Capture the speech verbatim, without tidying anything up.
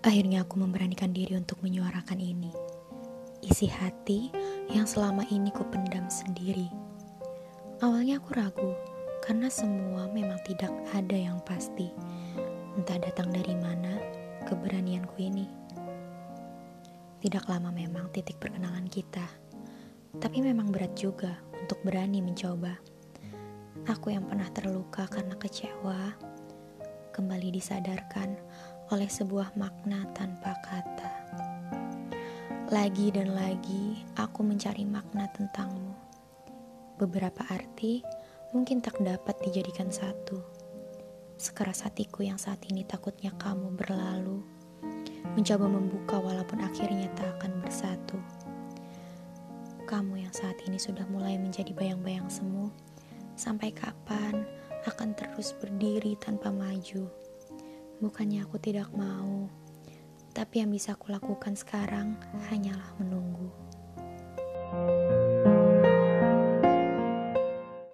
Akhirnya aku memberanikan diri untuk menyuarakan ini. Isi hati yang selama ini ku pendam sendiri. Awalnya aku ragu, karena semua memang tidak ada yang pasti. Entah datang dari mana keberanianku ini. Tidak lama memang titik perkenalan kita, tapi memang berat juga untuk berani mencoba. Aku yang pernah terluka karena kecewa, kembali disadarkan oleh sebuah makna tanpa kata. Lagi dan lagi aku mencari makna tentangmu. Beberapa arti mungkin tak dapat dijadikan satu. Sekeras hatiku yang saat ini takutnya kamu berlalu, mencoba membuka walaupun akhirnya tak akan bersatu. Kamu yang saat ini sudah mulai menjadi bayang-bayang semu, sampai kapan akan terus berdiri tanpa maju. Bukannya aku tidak mau, tapi yang bisa aku lakukan sekarang hanyalah menunggu.